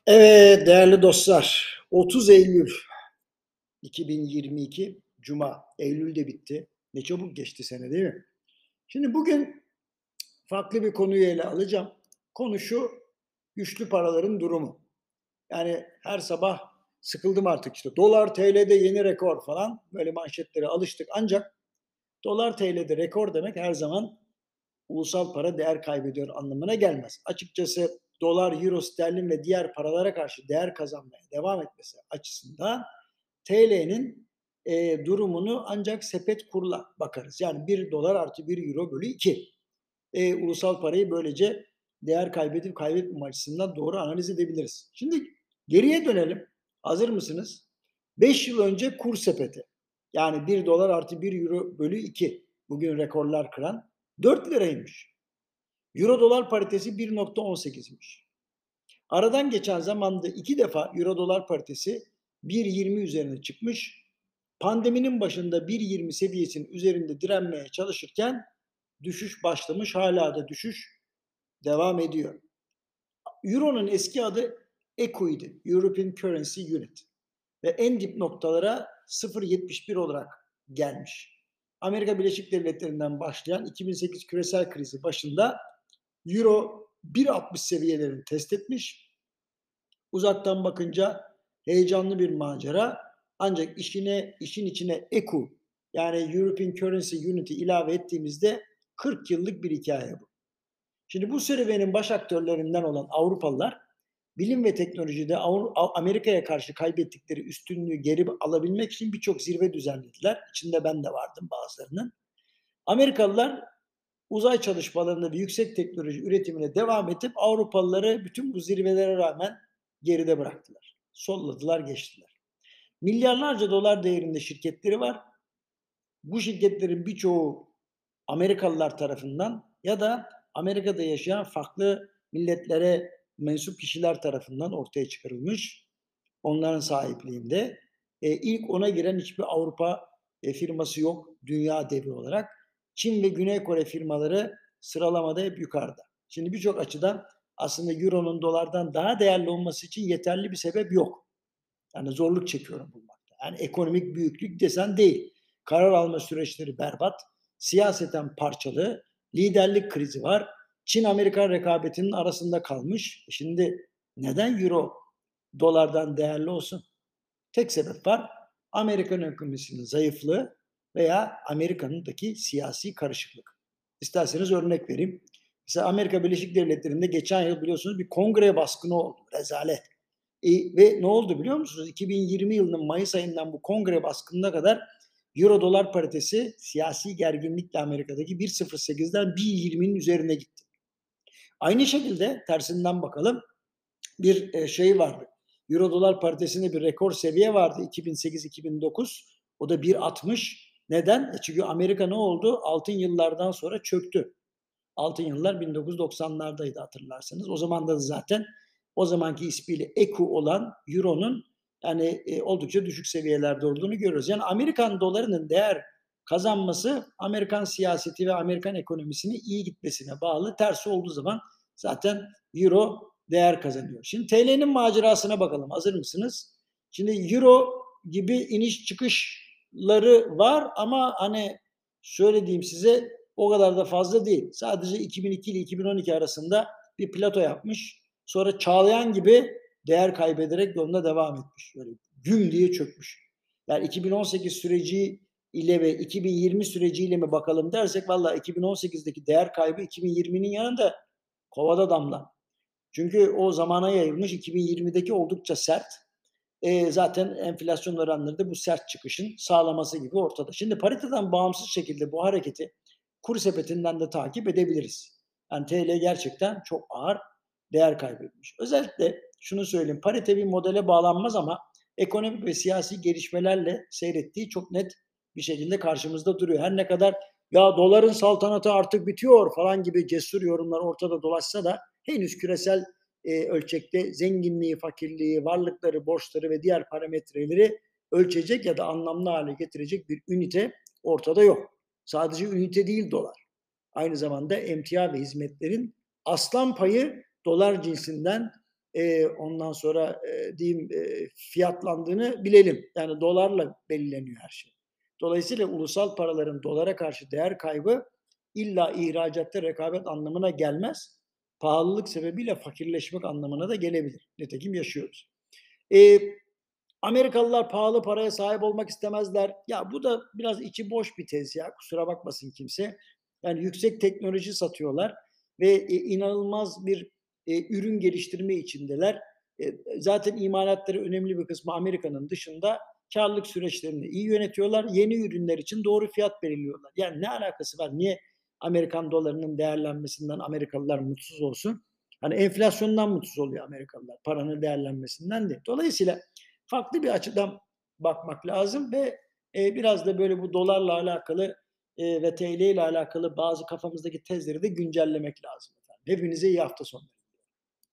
Evet değerli dostlar, 30 Eylül 2022 Cuma. Eylül de bitti. Ne çabuk geçti sene değil mi? Şimdi bugün farklı bir konuyu ele alacağım. Konu şu, güçlü paraların durumu. Yani her sabah sıkıldım artık işte. Dolar TL'de yeni rekor falan böyle manşetlere alıştık. Ancak dolar TL'de rekor demek her zaman ulusal para değer kaybediyor anlamına gelmez. Açıkçası dolar, euro, sterlin ve diğer paralara karşı değer kazanmaya devam etmesi açısından TL'nin durumunu ancak sepet kurla bakarız. Yani 1 dolar artı 1 euro bölü 2. Ulusal parayı böylece değer kaybedip kaybetmeme açısından doğru analiz edebiliriz. Şimdi geriye dönelim. Hazır mısınız? 5 yıl önce kur sepeti. Yani 1 dolar artı 1 euro bölü 2. Bugün rekorlar kıran 4 liraymış. Euro dolar paritesi 1,18'miş. Aradan geçen zamanda 2 defa euro dolar paritesi 1,20 üzerine çıkmış. Pandeminin başında 1,20 seviyesinin üzerinde direnmeye çalışırken düşüş başlamış. Hala da düşüş devam ediyor. Euro'nun eski adı ECU idi. European Currency Unit. Ve en dip noktalara 0,71 olarak gelmiş. Amerika Birleşik Devletleri'nden başlayan 2008 küresel krizi başında Euro 1,60 seviyelerini test etmiş. Uzaktan bakınca heyecanlı bir macera. Ancak işin içine ECU yani European Currency Unit'i ilave ettiğimizde 40 yıllık bir hikaye bu. Şimdi bu serüvenin baş aktörlerinden olan Avrupalılar bilim ve teknolojide Amerika'ya karşı kaybettikleri üstünlüğü geri alabilmek için birçok zirve düzenlediler. İçinde ben de vardım bazılarının. Amerikalılar uzay çalışmalarında ve yüksek teknoloji üretimine devam edip Avrupalıları bütün bu zirvelere rağmen geride bıraktılar. Solladılar, geçtiler. Milyarlarca dolar değerinde şirketleri var. Bu şirketlerin birçoğu Amerikalılar tarafından ya da Amerika'da yaşayan farklı milletlere mensup kişiler tarafından ortaya çıkarılmış. Onların sahipliğinde. İlk ona giren hiçbir Avrupa firması yok dünya devi olarak. Çin ve Güney Kore firmaları sıralamada hep yukarıda. Şimdi birçok açıdan aslında Euro'nun dolardan daha değerli olması için yeterli bir sebep yok. Yani zorluk çekiyorum bulmakta. Yani ekonomik büyüklük desen değil. Karar alma süreçleri berbat, siyaseten parçalı, liderlik krizi var. Çin-Amerika rekabetinin arasında kalmış. Şimdi neden Euro dolardan değerli olsun? Tek sebep var. Amerikan ekonomisinin zayıflığı veya Amerika'nındaki siyasi karışıklık. İsterseniz örnek vereyim. Mesela Amerika Birleşik Devletleri'nde geçen yıl biliyorsunuz bir kongre baskını oldu. Rezalet. Ve ne oldu biliyor musunuz? 2020 yılının Mayıs ayından bu kongre baskınına kadar Euro dolar paritesi siyasi gerginlikle Amerika'daki 1,08'den 1,20'nin üzerine gitti. Aynı şekilde tersinden bakalım bir şey vardı. Euro dolar paritesinde bir rekor seviye vardı 2008-2009. O da 1,60. Neden? Çünkü Amerika ne oldu? Altın yıllardan sonra çöktü. Altın yıllar 1990'lardaydı hatırlarsanız. O zaman da zaten o zamanki ismiyle ECU olan Euro'nun yani oldukça düşük seviyelerde olduğunu görüyoruz. Yani Amerikan dolarının değer kazanması Amerikan siyaseti ve Amerikan ekonomisinin iyi gitmesine bağlı. Tersi olduğu zaman zaten Euro değer kazanıyor. Şimdi TL'nin macerasına bakalım. Hazır mısınız? Şimdi Euro gibi iniş çıkışları var ama hani şöyle diyeyim size o kadar da fazla değil. Sadece 2002 ile 2012 arasında bir plato yapmış. Sonra çağlayan gibi değer kaybederek yoluna devam etmiş. Böyle güm diye çökmüş. Yani 2018 süreci ile ve 2020 süreciyle mi bakalım dersek vallahi 2018'deki değer kaybı 2020'nin yanında kovada damla. Çünkü o zamana yayılmış 2020'deki oldukça sert. Zaten enflasyon oranları da bu sert çıkışın sağlaması gibi ortada. Şimdi pariteden bağımsız şekilde bu hareketi kur sepetinden de takip edebiliriz. Yani TL gerçekten çok ağır değer kaybetmiş. Özellikle şunu söyleyeyim, parite bir modele bağlanmaz ama ekonomik ve siyasi gelişmelerle seyrettiği çok net bir şekilde karşımızda duruyor. Her ne kadar ya doların saltanatı artık bitiyor falan gibi cesur yorumlar ortada dolaşsa da henüz küresel ölçekte zenginliği, fakirliği, varlıkları, borçları ve diğer parametreleri ölçecek ya da anlamlı hale getirecek bir ünite ortada yok. Sadece ünite değil dolar. Aynı zamanda emtia ve hizmetlerin aslan payı dolar cinsinden ondan sonra, diyeyim, fiyatlandığını bilelim. Yani dolarla belirleniyor her şey. Dolayısıyla ulusal paraların dolara karşı değer kaybı illa ihracatta rekabet anlamına gelmez. Pahalılık sebebiyle fakirleşmek anlamına da gelebilir. Nitekim yaşıyoruz. Eee, Amerikalılar pahalı paraya sahip olmak istemezler. Ya bu da biraz içi boş bir tez ya, kusura bakmasın kimse. Yani yüksek teknoloji satıyorlar ve, inanılmaz bir, ürün geliştirme içindeler. Zaten imalatları önemli bir kısmı Amerika'nın dışında. Kârlılık süreçlerini iyi yönetiyorlar. Yeni ürünler için doğru fiyat belirliyorlar. Yani ne alakası var? Niye Amerikan dolarının değerlenmesinden Amerikalılar mutsuz olsun? Hani enflasyondan mutsuz oluyor Amerikalılar, paranın değerlenmesinden değil. Dolayısıyla farklı bir açıdan bakmak lazım ve, biraz da böyle bu dolarla alakalı, ve TL ile alakalı bazı kafamızdaki tezleri de güncellemek lazım efendim. Hepinize iyi hafta sonları.